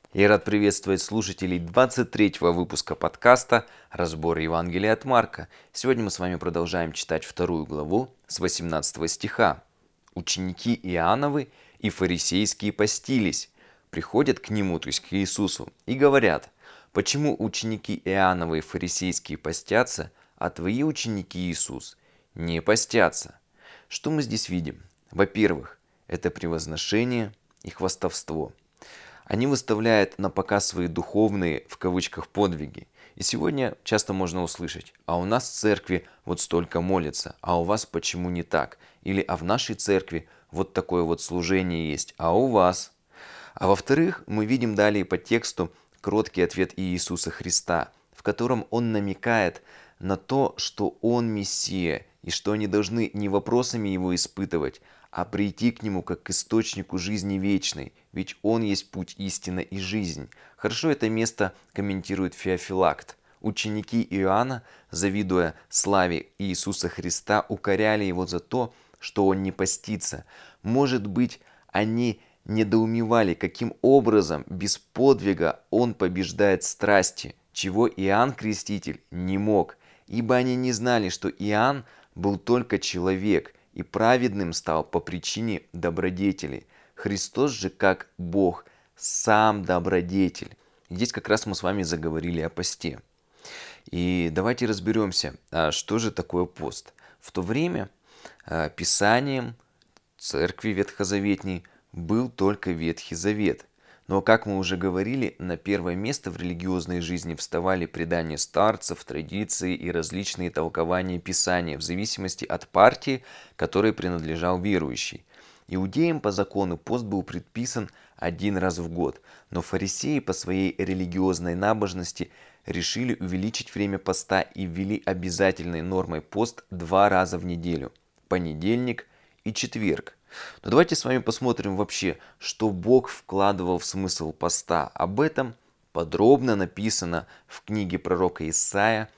Я рад приветствовать слушателей 23-го выпуска подкаста «Разбор Евангелия от Марка». Сегодня мы с вами продолжаем читать вторую главу с 18 стиха. «Ученики Иоанновы и фарисейские постились, приходят к нему, то есть к Иисусу, и говорят: почему ученики Иоанновы и фарисейские постятся, а твои ученики, Иисус, не постятся?» Что мы здесь видим? Во-первых, это превозношение и хвастовство. Они выставляют на показ свои духовные, в кавычках, подвиги. И сегодня часто можно услышать: а у нас в церкви вот столько молится, а у вас почему не так? Или а в нашей церкви вот такое вот служение есть, а у вас? А во-вторых, мы видим далее по тексту кроткий ответ Иисуса Христа, в котором Он намекает на то, что Он Мессия, и что они должны не вопросами Его испытывать, а прийти к Нему как к источнику жизни вечной, ведь Он есть путь, истина и жизнь. Хорошо это место комментирует Феофилакт. Ученики Иоанна, завидуя славе Иисуса Христа, укоряли Его за то, что Он не постится. Может быть, они недоумевали, каким образом без подвига Он побеждает страсти, чего Иоанн Креститель не мог, ибо они не знали, что Иоанн был только человек и праведным стал по причине добродетели. Христос же, как Бог, сам добродетель. И здесь как раз мы с вами заговорили о посте. И давайте разберемся, что же такое пост. В то время Писанием церкви ветхозаветней был только Ветхий Завет. Но, как мы уже говорили, на первое место в религиозной жизни вставали предания старцев, традиции и различные толкования Писания в зависимости от партии, которой принадлежал верующий. Иудеям по закону пост был предписан один раз в год, но фарисеи по своей религиозной набожности решили увеличить время поста и ввели обязательной нормой пост 2 раза в неделю – понедельник и четверг. Но давайте с вами посмотрим вообще, что Бог вкладывал в смысл поста. Об этом подробно написано в книге пророка Исаия,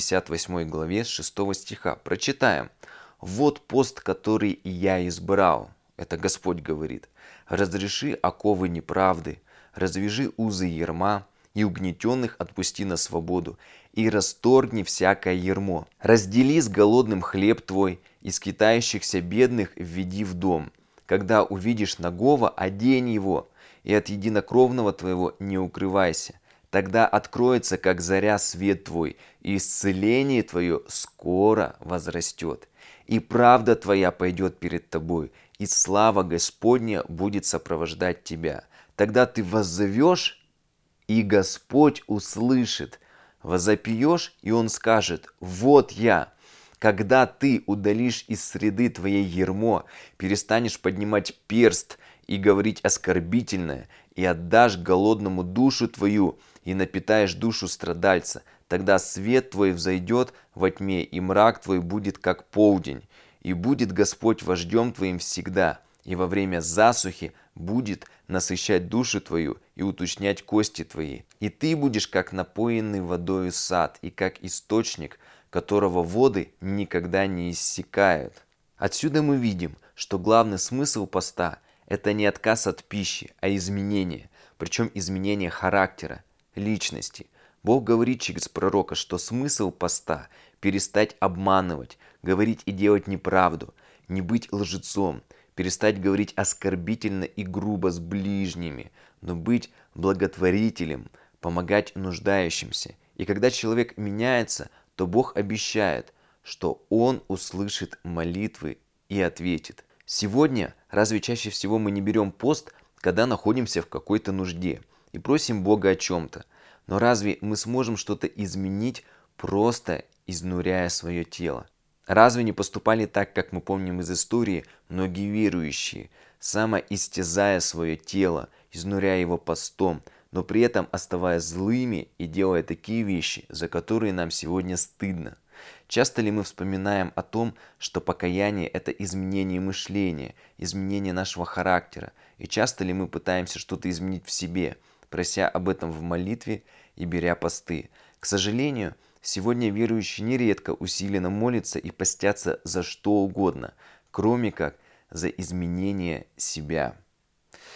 58 главе с 6 стиха. Прочитаем. «Вот пост, который я избрал». Это Господь говорит. «Разреши оковы неправды, развяжи узы ярма, и угнетенных отпусти на свободу, и расторгни всякое ярмо. Раздели с голодным хлеб твой, и скитающихся бедных введи в дом. Когда увидишь нагого, одень его, и от единокровного твоего не укрывайся. Тогда откроется, как заря, свет твой, и исцеление твое скоро возрастет. И правда твоя пойдет перед тобой, и слава Господня будет сопровождать тебя. Тогда ты воззовешь, и Господь услышит. Возопьешь, и Он скажет: вот я. Когда ты удалишь из среды твоей ярмо, перестанешь поднимать перст и говорить оскорбительное, и отдашь голодному душу твою, и напитаешь душу страдальца, тогда свет твой взойдет во тьме, и мрак твой будет как полдень. И будет Господь вождем твоим всегда, и во время засухи будет насыщать душу твою и уточнять кости твои. И ты будешь как напоенный водою сад, и как источник, которого воды никогда не иссякают. Отсюда мы видим, что главный смысл поста – это не отказ от пищи, а изменение, причем изменение характера, личности. Бог говорит через пророка, что смысл поста – перестать обманывать, говорить и делать неправду, не быть лжецом, перестать говорить оскорбительно и грубо с ближними, но быть благотворителем, помогать нуждающимся. И когда человек меняется, то Бог обещает, что Он услышит молитвы и ответит. Сегодня разве чаще всего мы не берем пост, когда находимся в какой-то нужде и просим Бога о чем-то? Но разве мы сможем что-то изменить, просто изнуряя свое тело? Разве не поступали так, как мы помним из истории, многие верующие, самоистязая свое тело, изнуряя его постом, но при этом оставаясь злыми и делая такие вещи, за которые нам сегодня стыдно? Часто ли мы вспоминаем о том, что покаяние – это изменение мышления, изменение нашего характера, и часто ли мы пытаемся что-то изменить в себе, прося об этом в молитве и беря посты? К сожалению, сегодня верующие нередко усиленно молятся и постятся за что угодно, кроме как за изменение себя.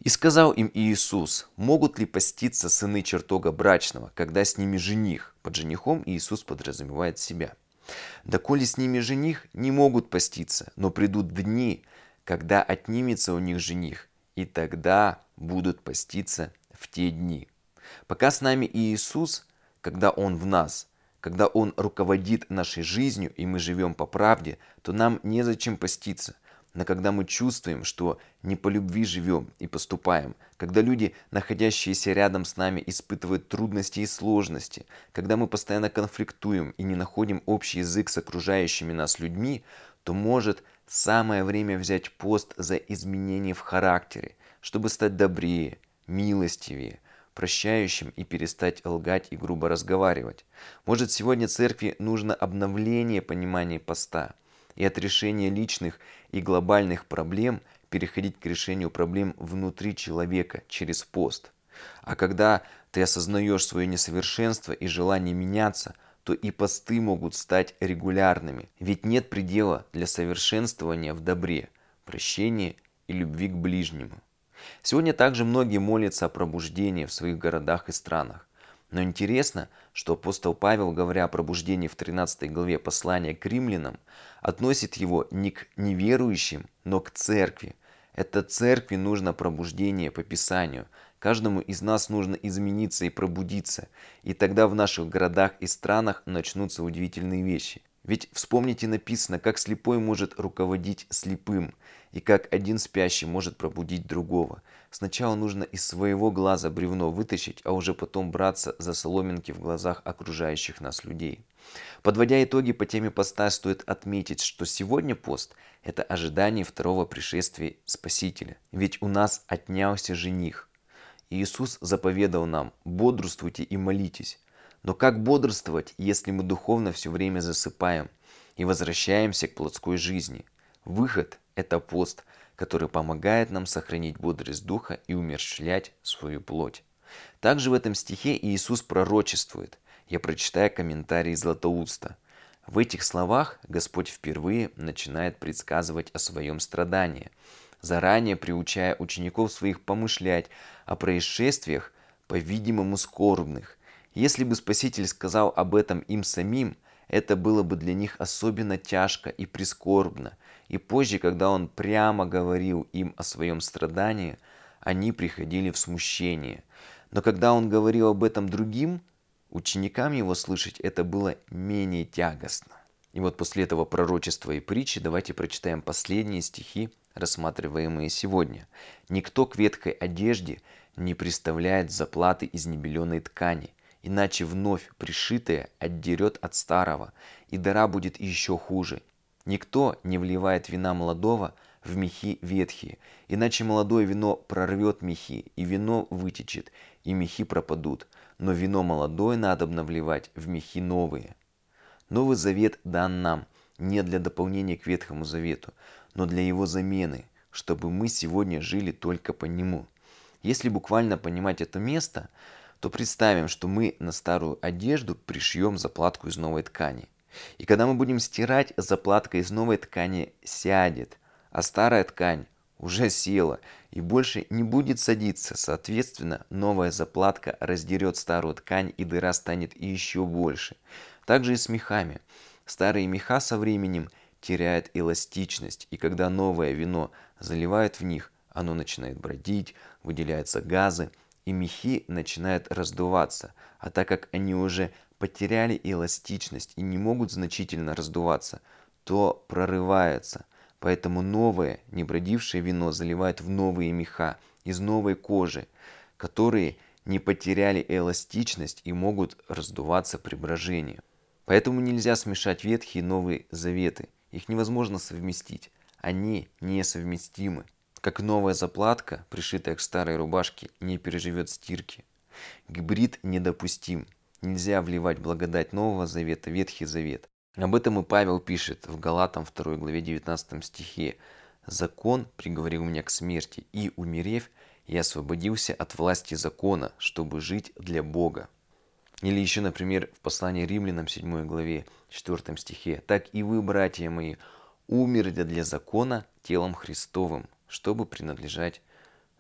И сказал им Иисус: могут ли поститься сыны чертога брачного, когда с ними жених? Под женихом Иисус подразумевает себя. Доколе с ними жених, не могут поститься, но придут дни, когда отнимется у них жених, и тогда будут поститься в те дни. Пока с нами Иисус, когда Он в нас, когда Он руководит нашей жизнью, и мы живем по правде, то нам незачем поститься. Но когда мы чувствуем, что не по любви живем и поступаем, когда люди, находящиеся рядом с нами, испытывают трудности и сложности, когда мы постоянно конфликтуем и не находим общий язык с окружающими нас людьми, то может самое время взять пост за изменение в характере, чтобы стать добрее, милостивее, прощающим и перестать лгать и грубо разговаривать. Может, сегодня церкви нужно обновление понимания поста и от решения личных и глобальных проблем переходить к решению проблем внутри человека через пост. А когда ты осознаешь свое несовершенство и желание меняться, то и посты могут стать регулярными. Ведь нет предела для совершенствования в добре, прощении и любви к ближнему. Сегодня также многие молятся о пробуждении в своих городах и странах. Но интересно, что апостол Павел, говоря о пробуждении в 13 главе послания к римлянам, относит его не к неверующим, но к церкви. Это церкви нужно пробуждение по Писанию. Каждому из нас нужно измениться и пробудиться. И тогда в наших городах и странах начнутся удивительные вещи. Ведь вспомните, написано, как слепой может руководить слепым, и как один спящий может пробудить другого. Сначала нужно из своего глаза бревно вытащить, а уже потом браться за соломинки в глазах окружающих нас людей. Подводя итоги по теме поста, стоит отметить, что сегодня пост – это ожидание второго пришествия Спасителя. Ведь у нас отнялся жених. Иисус заповедал нам: бодрствуйте и молитесь. Но как бодрствовать, если мы духовно все время засыпаем и возвращаемся к плотской жизни? Выход – это пост, который помогает нам сохранить бодрость духа и умерщвлять свою плоть. Также в этом стихе Иисус пророчествует. Я прочитаю комментарий Златоуста. В этих словах Господь впервые начинает предсказывать о своем страдании, заранее приучая учеников своих помышлять о происшествиях, по-видимому, скорбных. Если бы Спаситель сказал об этом им самим, это было бы для них особенно тяжко и прискорбно. И позже, когда Он прямо говорил им о своем страдании, они приходили в смущение. Но когда Он говорил об этом другим, ученикам Его слышать это было менее тягостно. И вот после этого пророчества и притчи давайте прочитаем последние стихи, рассматриваемые сегодня. «Никто к ветхой одежде не приставляет заплаты из небеленой ткани, иначе вновь пришитое отдерет от старого, и дыра будет еще хуже. Никто не вливает вина молодого в мехи ветхие, иначе молодое вино прорвет мехи, и вино вытечет, и мехи пропадут. Но вино молодое надобно вливать в мехи новые». Новый Завет дан нам не для дополнения к Ветхому Завету, но для его замены, чтобы мы сегодня жили только по нему. Если буквально понимать это место, то представим, что мы на старую одежду пришьем заплатку из новой ткани. И когда мы будем стирать, заплатка из новой ткани сядет, а старая ткань уже села и больше не будет садиться. Соответственно, новая заплатка раздерет старую ткань, и дыра станет еще больше. Также и с мехами. Старые меха со временем теряют эластичность, и когда новое вино заливают в них, оно начинает бродить, выделяются газы, и мехи начинают раздуваться. А так как они уже потеряли эластичность и не могут значительно раздуваться, то прорывается. Поэтому новое, не бродившее вино заливают в новые меха из новой кожи, которые не потеряли эластичность и могут раздуваться при брожении. Поэтому нельзя смешать Ветхие и Новые Заветы. Их невозможно совместить. Они несовместимы. Как новая заплатка, пришитая к старой рубашке, не переживет стирки. Гибрид недопустим. Нельзя вливать благодать Нового Завета в Ветхий Завет. Об этом и Павел пишет в Галатам 2 главе 19 стихе. «Закон приговорил меня к смерти, и, умерев, я освободился от власти закона, чтобы жить для Бога». Или еще, например, в послании Римлянам 7 главе 4 стихе. «Так и вы, братья мои, умерли для закона телом Христовым, чтобы принадлежать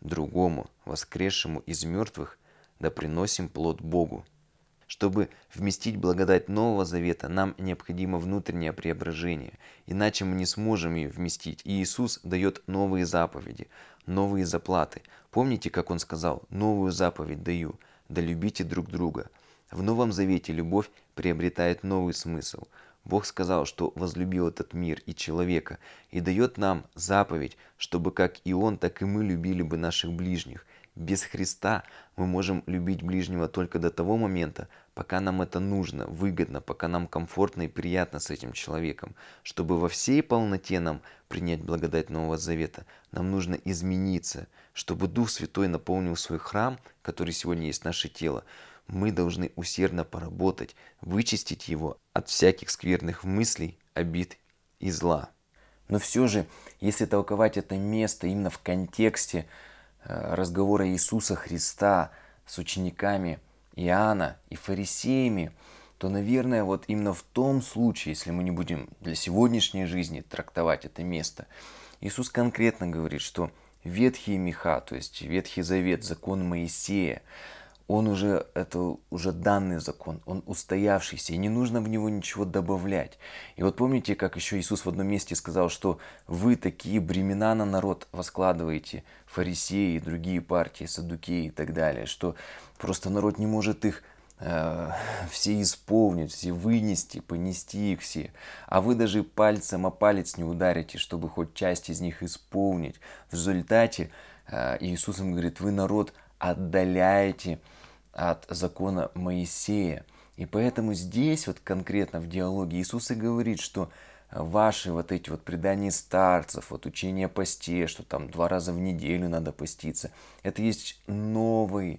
другому, воскресшему из мертвых, да приносим плод Богу. Чтобы вместить благодать Нового Завета, нам необходимо внутреннее преображение, иначе мы не сможем ее вместить. И Иисус дает новые заповеди, новые заплаты. Помните, как Он сказал: «Новую заповедь даю, да любите друг друга». В Новом Завете любовь приобретает новый смысл. Бог сказал, что возлюбил этот мир и человека, и дает нам заповедь, чтобы как и Он, так и мы любили бы наших ближних. Без Христа мы можем любить ближнего только до того момента, пока нам это нужно, выгодно, пока нам комфортно и приятно с этим человеком. Чтобы во всей полноте нам принять благодать Нового Завета, нам нужно измениться. Чтобы Дух Святой наполнил свой храм, который сегодня есть наше тело, мы должны усердно поработать, вычистить его от всяких скверных мыслей, обид и зла. Но все же, если толковать это место именно в контексте разговора Иисуса Христа с учениками Иоанна и фарисеями, то, наверное, вот именно в том случае, если мы не будем для сегодняшней жизни трактовать это место, Иисус конкретно говорит, что ветхие меха, то есть Ветхий Завет, закон Моисея, это уже данный закон, он устоявшийся, и не нужно в него ничего добавлять. И вот помните, как еще Иисус в одном месте сказал, что вы такие бремена на народ воскладываете, фарисеи, другие партии, саддукеи и так далее, что просто народ не может их все исполнить, все вынести, понести их все. А вы даже пальцем о палец не ударите, чтобы хоть часть из них исполнить. В результате Иисус им говорит: вы народ отдаляете от закона Моисея. И поэтому здесь вот конкретно в диалоге Иисус и говорит, что ваши вот эти вот предания старцев, вот учение о посте, что там 2 раза в неделю надо поститься, это есть новое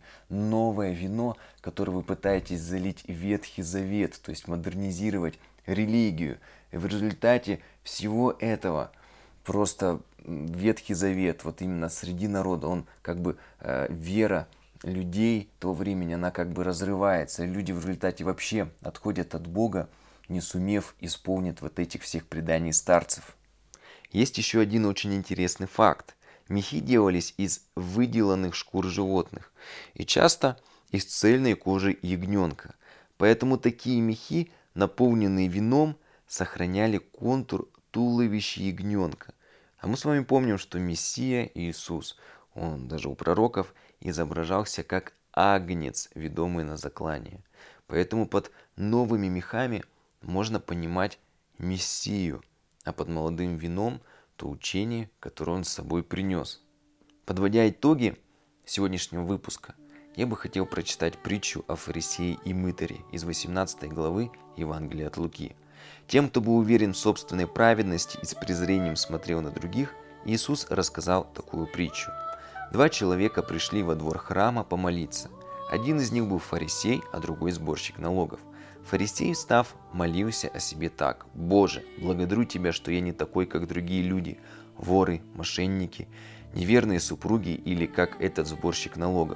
вино, которое вы пытаетесь залить в Ветхий Завет, то есть модернизировать религию. И в результате всего этого просто Ветхий Завет, вот именно среди народа, он как бы вера людей того времени, она как бы разрывается. И люди в результате вообще отходят от Бога, не сумев исполнить вот этих всех преданий старцев. Есть еще один очень интересный факт. Мехи делались из выделанных шкур животных и часто из цельной кожи ягненка. Поэтому такие мехи, наполненные вином, сохраняли контур туловища ягненка. А мы с вами помним, что Мессия Иисус, он даже у пророков изображался как агнец, ведомый на заклание. Поэтому под новыми мехами можно понимать Мессию, а под молодым вином то учение, которое он с собой принес. Подводя итоги сегодняшнего выпуска, я бы хотел прочитать притчу о фарисее и мытаре из 18 главы Евангелия от Луки. Тем, кто был уверен в собственной праведности и с презрением смотрел на других, Иисус рассказал такую притчу. 2 человека пришли во двор храма помолиться. Один из них был фарисей, а другой сборщик налогов. Фарисей, встав, молился о себе так: «Боже, благодарю Тебя, что я не такой, как другие люди, воры, мошенники, неверные супруги или как этот сборщик налогов.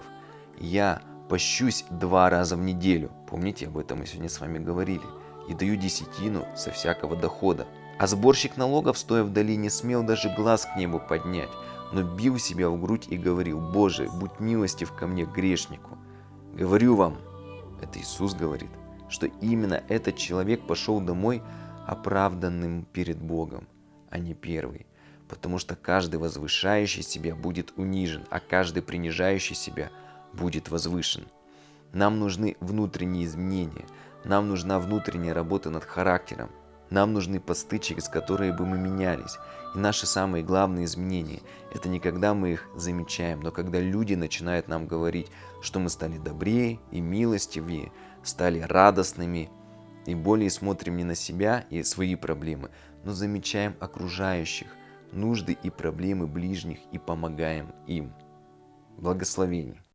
Я пощусь 2 раза в неделю». Помните, об этом мы сегодня с вами говорили. «И даю десятину со всякого дохода». А сборщик налогов, стоя вдали, не смел даже глаз к небу поднять, но бил себя в грудь и говорил: «Боже, будь милостив ко мне, грешнику». Говорю вам, это Иисус говорит, что именно этот человек пошел домой оправданным перед Богом, а не первый. Потому что каждый возвышающий себя будет унижен, а каждый принижающий себя будет возвышен. Нам нужны внутренние изменения, нам нужна внутренняя работа над характером, нам нужны посты, через которые бы мы менялись. И наши самые главные изменения – это не когда мы их замечаем, но когда люди начинают нам говорить, что мы стали добрее и милостивее, стали радостными и более смотрим не на себя и свои проблемы, но замечаем окружающих, нужды и проблемы ближних и помогаем им. Благословений!